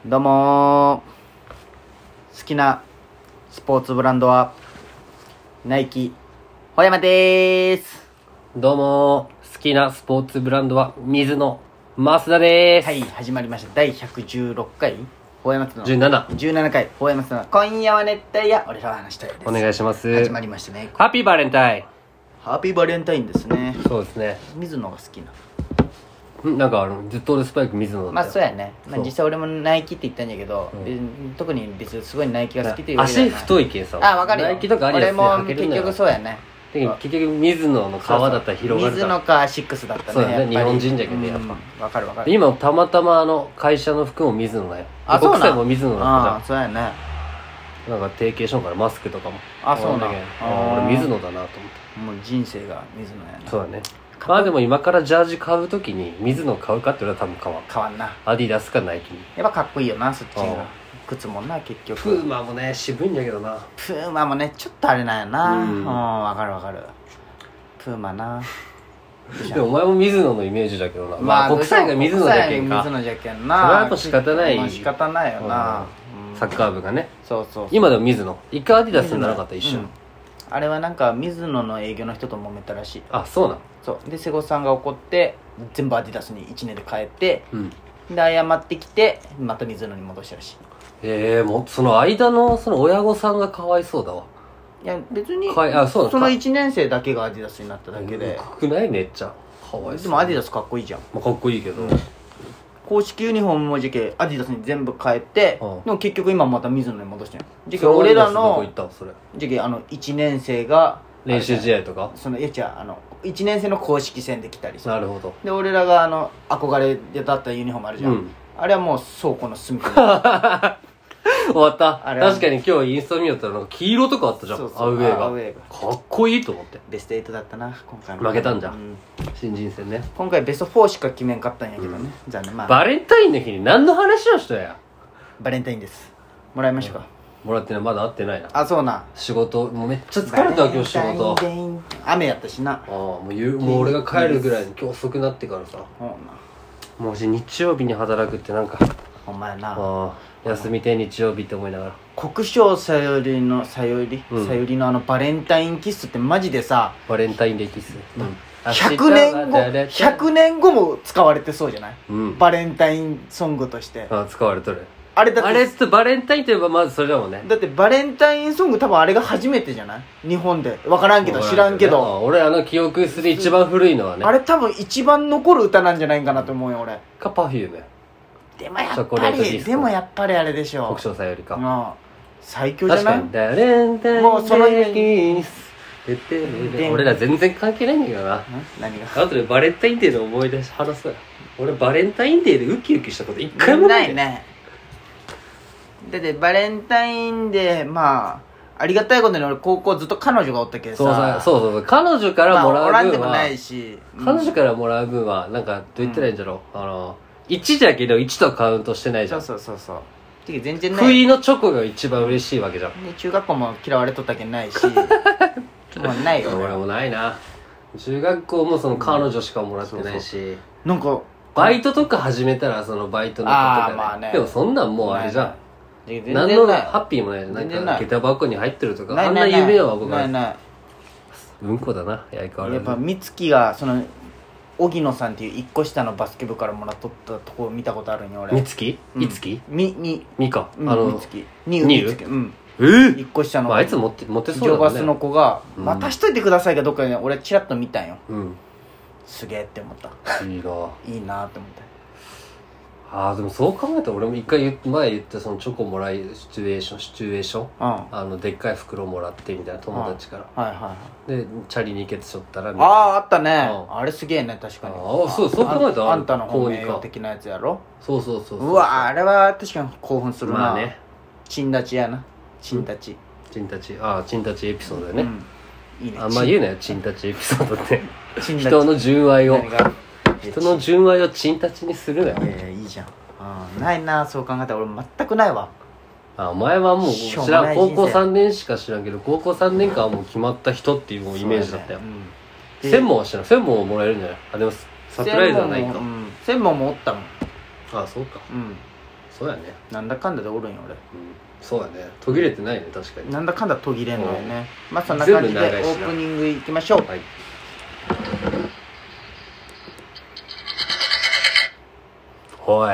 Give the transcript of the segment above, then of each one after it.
どうも好きなスポーツブランドはナイキほやまでーす。 どうも好きなスポーツブランドは水野増田でーす。 はい、始まりました。第116回ほやまつの 17 回ほやまつの今夜は熱帯夜俺らは話したいです。 お願いします。 始まりましたね。 ハッピーバレンタイハッピーバレンタインですね。 ン。そうですね。 水野が好きな。 なんかずっと俺スパイク水野だったよ。 まあそうやね、まあ、 そう実際俺もナイキって言ったんだけど、特に別にすごいナイキが好きっていうわけじゃない。 足太いけんさ。 あ、わかるよ。 ナイキとかアディダスで俺も履けるんだよ。 結局そうやね。 結局水野の皮だったら広がる水から野かシックスだったね。 そうだねやっぱり日本人じゃけどねやっぱうんわかるわかる。 今たまたま会社の服も水野だよ。 あ、そうなん国際も水野だったあ、そうやね。 じゃん。なんか提携しようからマスクとかも。 あ、そうなんだけど俺水野だなと思って。 もう人生が水野やな。 そうだね。まあでも今からジャージ買うときに水野買うかって言われたら多分買わん。 変わんな。 アディダスかナイキに。 やっぱかっこいいよな、そっちうんが。靴もな、結局。 プーマもね渋いんだけどな。 プーマもね、ちょっとあれなんやな。 ううんん、わかるわかる。プーマな。 でもお前も水野のイメージだけどな。まあ国際が水野じゃけんか。 水野じゃけんそれな。 はやっぱ仕方ないまあ仕方ないよな。うんサッカー部がね。 そうそうそう。 今でも水野。一回アディダスにならなかった一緒。 うんあれはなんか水野の営業の人と揉めたらしい。 あ、そうなん。 そうで瀬古さんが怒って全部アディダスに1年で変えて、 うん。 で謝ってきてまた水野に戻したらしもうその間のその親御さんがかわいそうだわ。 い。いや別にあ、そうそのか。 1年生だけがアディダスになっただけで、 くないめっちゃ。かわいそう。 でもアディダスかっこいいじゃん。 まあかっこいいけど。 公式ユニフォームも時期アディダスに全部変えて、 うんでも結局今また水野に戻してん時期それ俺らアディダスどこの行ったそれ。 時期1年生が練習試合とか。 その違う1年生の公式戦で来たりするなるほど。 で俺らが憧れでだったユニフォームあるじゃん、 うんあれはもう倉庫の隅っこに終わったあれは確かに今日インスタ見よったらなんか黄色とかあったじゃん。 そうそうアウェーがアウェーがかっこいいと思ってベスト8だったな今回も負けたんじゃん、 う新人戦ね。 今回ベスト4しか決めんかったんやけどね、残念。まあバレンタインの日に何の話をしたや。 バレンタインですもらいましょうか、 もらってない。まだ会ってないな。 あそうな仕事もうめっちゃ疲れたわ今日仕事。 バレンタイン雨やったしなもう俺が帰るぐらいに今日遅くなってからさ、 ほうなもう日曜日に働くってなんかお前な休みて日曜日って思いながら。 国生さゆりのさゆりのバレンタインキッスってマジでさバレンタインデーキス、 100年後も使われてそうじゃない、 うんバレンタインソングとして使われとる。 あれだってあれっとバレンタインといえばまずそれだもんね。 だってバレンタインソング多分あれが初めてじゃない日本で分からんけど知らんけど、 俺記憶する一番古いのはねあれ多分一番残る歌なんじゃないかなと思うよ俺。 かパフューム。 でもやっチョコレぱートディスコりでもやっぱりあれでしょ国生さよりか。 うん最強じゃない確かにバレンタインもうそのイメージ俺ら全然関係ないんだけどな。 何があとでバレンタインデーの思い出話そうや。俺バレンタインデーでウキウキしたこと一回もないね。だってバレンタインでまあありがたいことに俺高校ずっと彼女がおったけどさそう彼女からもらう分は、 おらんでもないし、 彼女からもらう分はなんかどう言ったらいいんじゃろう、1じゃけど1とカウントしてないじゃん。 そうてか全然ない不意のチョコが一番嬉しいわけじゃん。 で中学校も嫌われとったけんないしもうないよ俺もないな。中学校もその彼女しかもらってないし、 なんかバイトとか始めたらそのバイトの子とかね、 まあねでもそんなんもうあれじゃん。 全然何のないハッピーもないじゃん。なん全然ないか下駄箱に入ってるとかないあんな夢は僕はないうんこだな相変わらず。 やっぱ美月がその荻野さんっていう1個下のバスケ部からもらっとったとこ見たことあるんよ俺。 みつきいつきみか美月に美月うん 1 1個下のあいつ持ってそうだジョバスの子が「 うん渡しといてください」がどっかで俺チラッと見たんよ。 うんすげえって思ったいいないいなって思ったでもそう考えたら俺も一回前言ったそのチョコもらいシチュエーションうんでっかい袋もらってみたいな友達からはいはいでチャリに行けてしょったらあったねうんあれすげえね確かにそう考えたらあんたの本名高二か的なやつやろ。 そううわあれは確かに興奮するな。 まあねチン立ちやなチン立ちチンたちエピソードだよね、 いいねあんま言うなよチンたちエピソードってチン立ち人の純愛を何が人の純愛をチンたちにするなよ。 いやいいじゃんないなそう考えたら俺全くないわ。 お前はもうしょう知らんもない人生高校3年しか知らんけど高校3年間はもう決まった人っていうもうイメージだったよ。 で専門は知らん。専門をもらえるんじゃない。でもサプライズはないか。 専門もおったもんそうか。 そうやね。 なんだかんだでおるんよ俺。 そうやね。途切れてないね、確かに。 なんだかんだ途切れんのよね。まあそんな感じでオ全部長いしなープニングいきましょう。 はい。おい。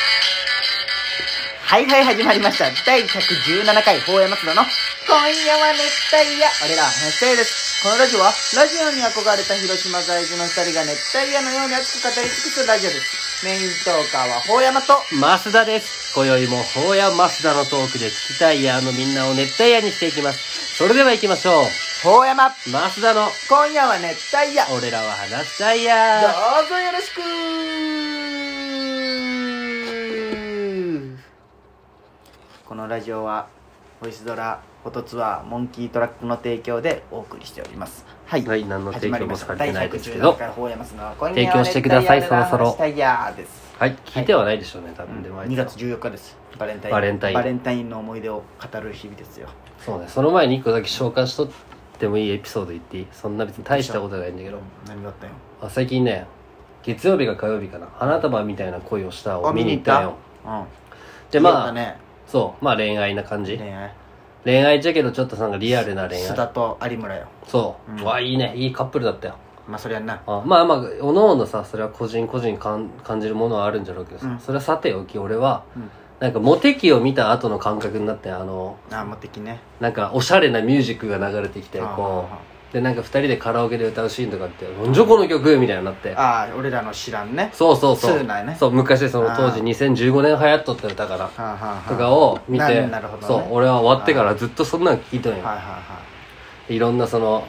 はいはい、始まりました。第117回、法山松田の今夜は熱帯夜。俺ら、熱帯夜です。このラジオは、ラジオに憧れた広島在住の二人が熱帯夜のように熱く語り尽くすラジオです。メイントーカーは法山と、 増田です。今宵も法や増田のトークで聞きたいやのみんなを熱帯夜にしていきます。それでは行きましょう。 法山、 増田の今夜は熱帯夜。 俺らは話したいや。 どうぞよろしく。このラジオはボイスドラフォトツアーモンキートラックの提供でお送りしております。はい、 はい、何の提供もされてないですけ第ど 117回法山の今提夜は供してください、そろそろ。 熱帯夜です。 はい、聞いてはないでしょうね、多分。でもあいつ 2 は月14日です。バレンタイン。 バレンタインバレンタインの思い出を語る日々ですよ。 そうね、その前に1個だけ紹介しとってもいいエピソード言っていい？そんな別に大したことないんだけど、 何があったよ。 最近ね、月曜日か火曜日かな、花束みたいな恋をしたを見に行ったよ。 うん。 で、まあ、 ね、 そう、まあ恋愛な感じ。 恋愛。 恋愛じゃけどちょっとなんかリアルな恋愛。 須田と有村よ。 そう、 うんわあいいね、いいカップルだったよ。 まあそりゃな。 まあまあおのおのさ、それは個人個人感じるものはあるんじゃろうけどさ、 うんそれはさておき、俺は、 うん。 なんかモテ期を見た後の感覚になって、 あ、もう敵ね。 なんかおしゃれなミュージックが流れてきて、こうでなんか2人でカラオケで歌うシーンとかって「なんじゃこの曲」みたいになって、 ああ、俺らの知らんね。 そうそうそう、 そうなんやね。 そう昔その当時2015年流行っとった歌かなとかを見て、 なるほどね。 そう俺は終わってからずっとそんなの聴いとんよ。 はいはいはいろんなその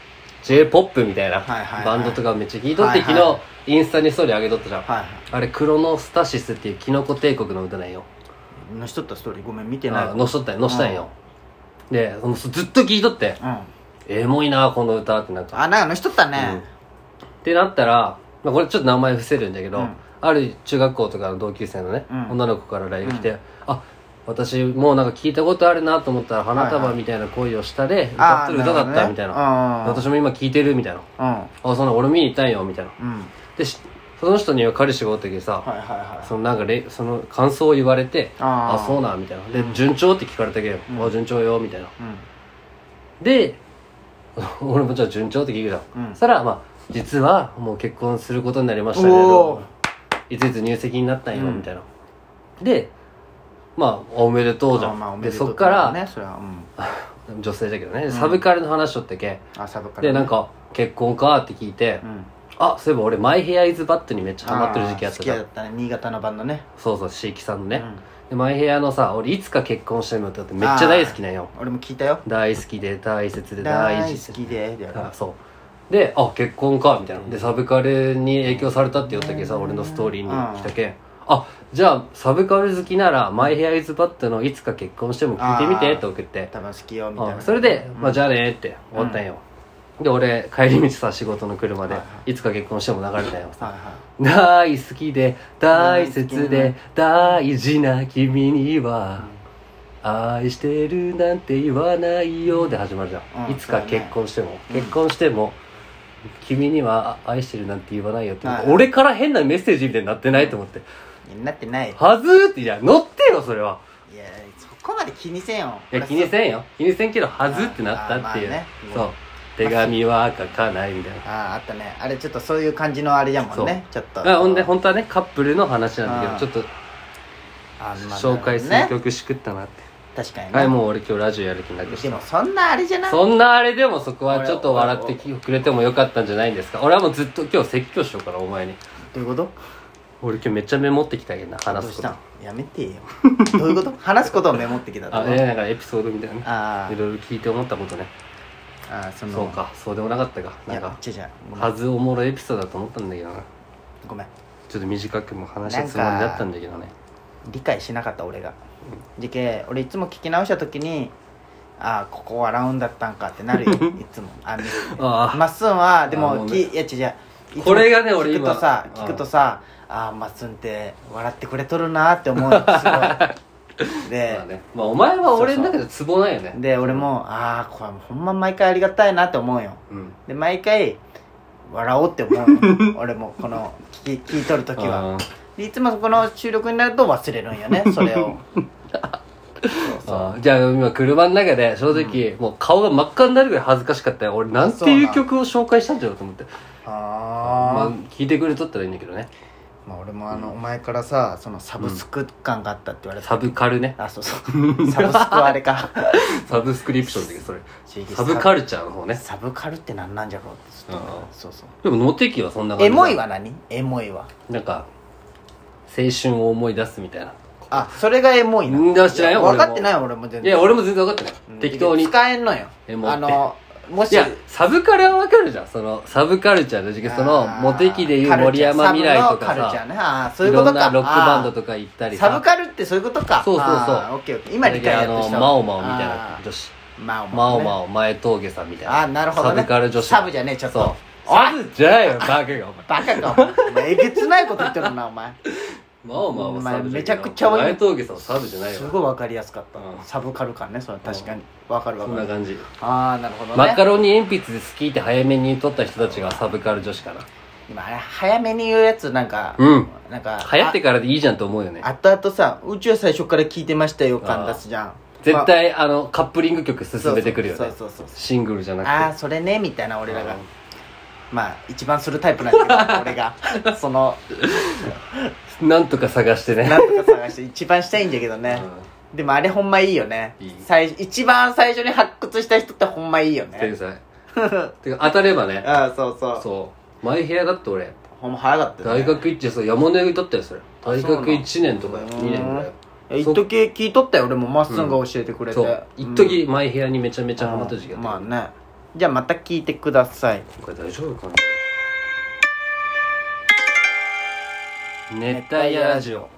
J-POP みたいなはいはいはいバンドとかめっちゃ聴いとって、 はいはい昨日インスタにストーリー上げとったじゃん、 はい。はいあれクロノスタシスっていうキノコ帝国の歌なんよ。 のしとったストーリーごめん見てない。 載したんよ。でずっと聴いとってうん。 エモいなこの歌ってなんかあ、なんかのしとったうんね。 ってなったら、まあ、これちょっと名前伏せるんだけど、 うんある中学校とかの同級生のね、 うん女の子から LINE 来て、あ私もうなんか聞いたことあるなと思ったら花束みたいな恋をしたで歌ってる歌だったみたいな、私も今聞いてるみたいな、あそんな俺見に行ったんよみたいな。 うん。うん。 でその人には彼氏がおったけどさ、 はいはいはい。 そのなんかその感想を言われて、 あそうなんみたいなで、 うん順調って聞かれたけど、 うん順調よみたいな。 うん。 で俺もじゃあ順調って聞くじゃん、 うんそしたらまあ実はもう結婚することになりましたけおどーいついつ入籍になったんよ、 うんみたいな。でまあおめでとうじゃん、 まあおめででとうそっから、 ね、それは。うん。 女性だけどね、サブカルの話しとってけ、 あ、サブから。 でなん、か結婚かって聞いて、 うん。 あそういえば俺マイヘアイズバットにめっちゃハマってる時期あったじゃん。 好きだったね、新潟のバンドね。 そうそう椎木さんのね、 うん。 でマイヘアのさ俺いつか結婚したいのってめっちゃ大好きなんよ。 俺も聞いたよ。 大好きで大切で大大事好きで。 あそうで結婚かみたいなでサブカルに影響されたって言ったけどさ、俺のストーリーに来たけん、じゃあサブカル好きならマイヘアイズバットのいつか結婚しても聞いてみてって送って多分好きよ、みたいな。 それで、じゃあねって終わったんよ、で俺帰り道さ仕事の車で、 はいはいつか結婚しても流れたよさ、 はいはい。 大好きで大切で大事な君には、愛してるなんて言わないよで始まるじゃん、 うんいつか結婚しても、 うん結婚しても君には愛してるなんて言わないよって、 はい俺から変なメッセージみたいになってないと思って、 なってない。 はずーって、いや乗ってよそれは。 いや、そこまで気にせんよ。 いや気にせんよ気にせんけどはずってなったっていう、 まあねそう手紙は書かないみたいな、 あったね。あれちょっとそういう感じのあれやもんね。ちょっと。 ほんで本当はねカップルの話なんだけど、ちょっとまあ紹介するね。 曲しくったなって、 確かにね。 はいもう俺今日ラジオやる気なくした。 でもそんなあれじゃない。 そんなあれでもそこはちょっと笑ってくれてもよかったんじゃないんですか。俺はもうずっと今日説教しようからお前に。 どういうこと？ 俺今日めっちゃメモってきたけどな、話すこと。 どうしたん？やめてよ。どういうこと？話すことをメモってきたってこと？ なんかエピソードみたいなね、 あいろいろ聞いて思ったことね。 その。 そうか、そうでもなかったか。なんか違う。ごめん。 はずおもろいエピソードだと思ったんだけどな。 ごめん。 ちょっと短くも話したつもりだったんだけどね。 理解しなかった俺が。じけ俺いつも聞き直した時に。ここ笑うんだったんかってなるよいつも。まっすんはでもいや違う。 これがね俺今聞くとさまっすんって笑ってくれとるなって思うすごいで、 お前は俺の中でツボなんよね。 で俺もこれほんま毎回ありがたいなって思うよ、で毎回笑おうって思うよ俺もこの聞いとる時はでいつもこの収録になると忘れるんよねそれをそうじゃあ今車の中で正直、もう顔が真っ赤になるぐらい恥ずかしかったよ。俺なんていう曲を紹介したんだろうと思って。まあ聞いてくれとったらいいんだけどね。 まあ俺もお前からさそのサブスク感があったって言われた、 サブカルね。 あそうそうサブスクはあれかサブスクリプションだけどそれサブカルチャーの方ね。 サブカルって何なんじゃろうってずっとそうそう。 でもモテ期はそんな感じ。 エモいは何？エモいはなんか青春を思い出すみたいな。 あ、それがエモいな。 知らんよ。 分かってないよ俺も全然。 いや俺も全然分かってない、適当に使えんのよ。 エモってもしいやサブカルは分かるじゃん。そのサブカルチャーの時期、そのモテ期でいう森山未来とかさ、 カルチャーね。あそういうことか。 いろんなロックバンドとか行ったりさ、 サブカルってそういうことか。 そうそうそう。 オッケーオッケー。今理解やってした。 マオマオみたいな女子、マオマオ前峠さんみたいな。 あなるほどね。 サブカル女子。 サブじゃねえちょっと。 サブじゃないよバカがお前。 バカかお前。えげつないこと言ってるなお前。 マオマオはサブじゃない。 めちゃくちゃ前峠さんはサブじゃないよ。 すごい分かりやすかった。サブカル感ね。それ確かに分かる分かる。 そんな感じ。 ああなるほどね。 マカロニ鉛筆で好きって早めに取った人たちがサブカル女子かな。 今あれ早めに言うやつなんかなんか流行ってからでいいじゃんと思うよね。 後々さうちは最初から聞いてましたよ感出すじゃん。 絶対カップリング曲進めてくるよね。 そうシングルじゃなくて。 ああそれねみたいな俺らがまあ一番するタイプなんだけど俺がそのなんとか探してね。 なんとか探して一番したいんだけどね。でもあれほんまいいよね。一番最初に発掘した人ってほんまいいよね。 天才。てか当たればね。 ああそうそう。 そうマイヘアだって俺ほんま早かったよね。 大学1年そう山の上だったよそれ。大学1年とか2年ぐらい。 一時聞いとったよ俺もまっすんが教えてくれて。 そう一時マイヘアにめちゃめちゃハマった時期だった。 まあね。じゃあまた聞いてください。 これ大丈夫かな。熱帯夜ラジオ。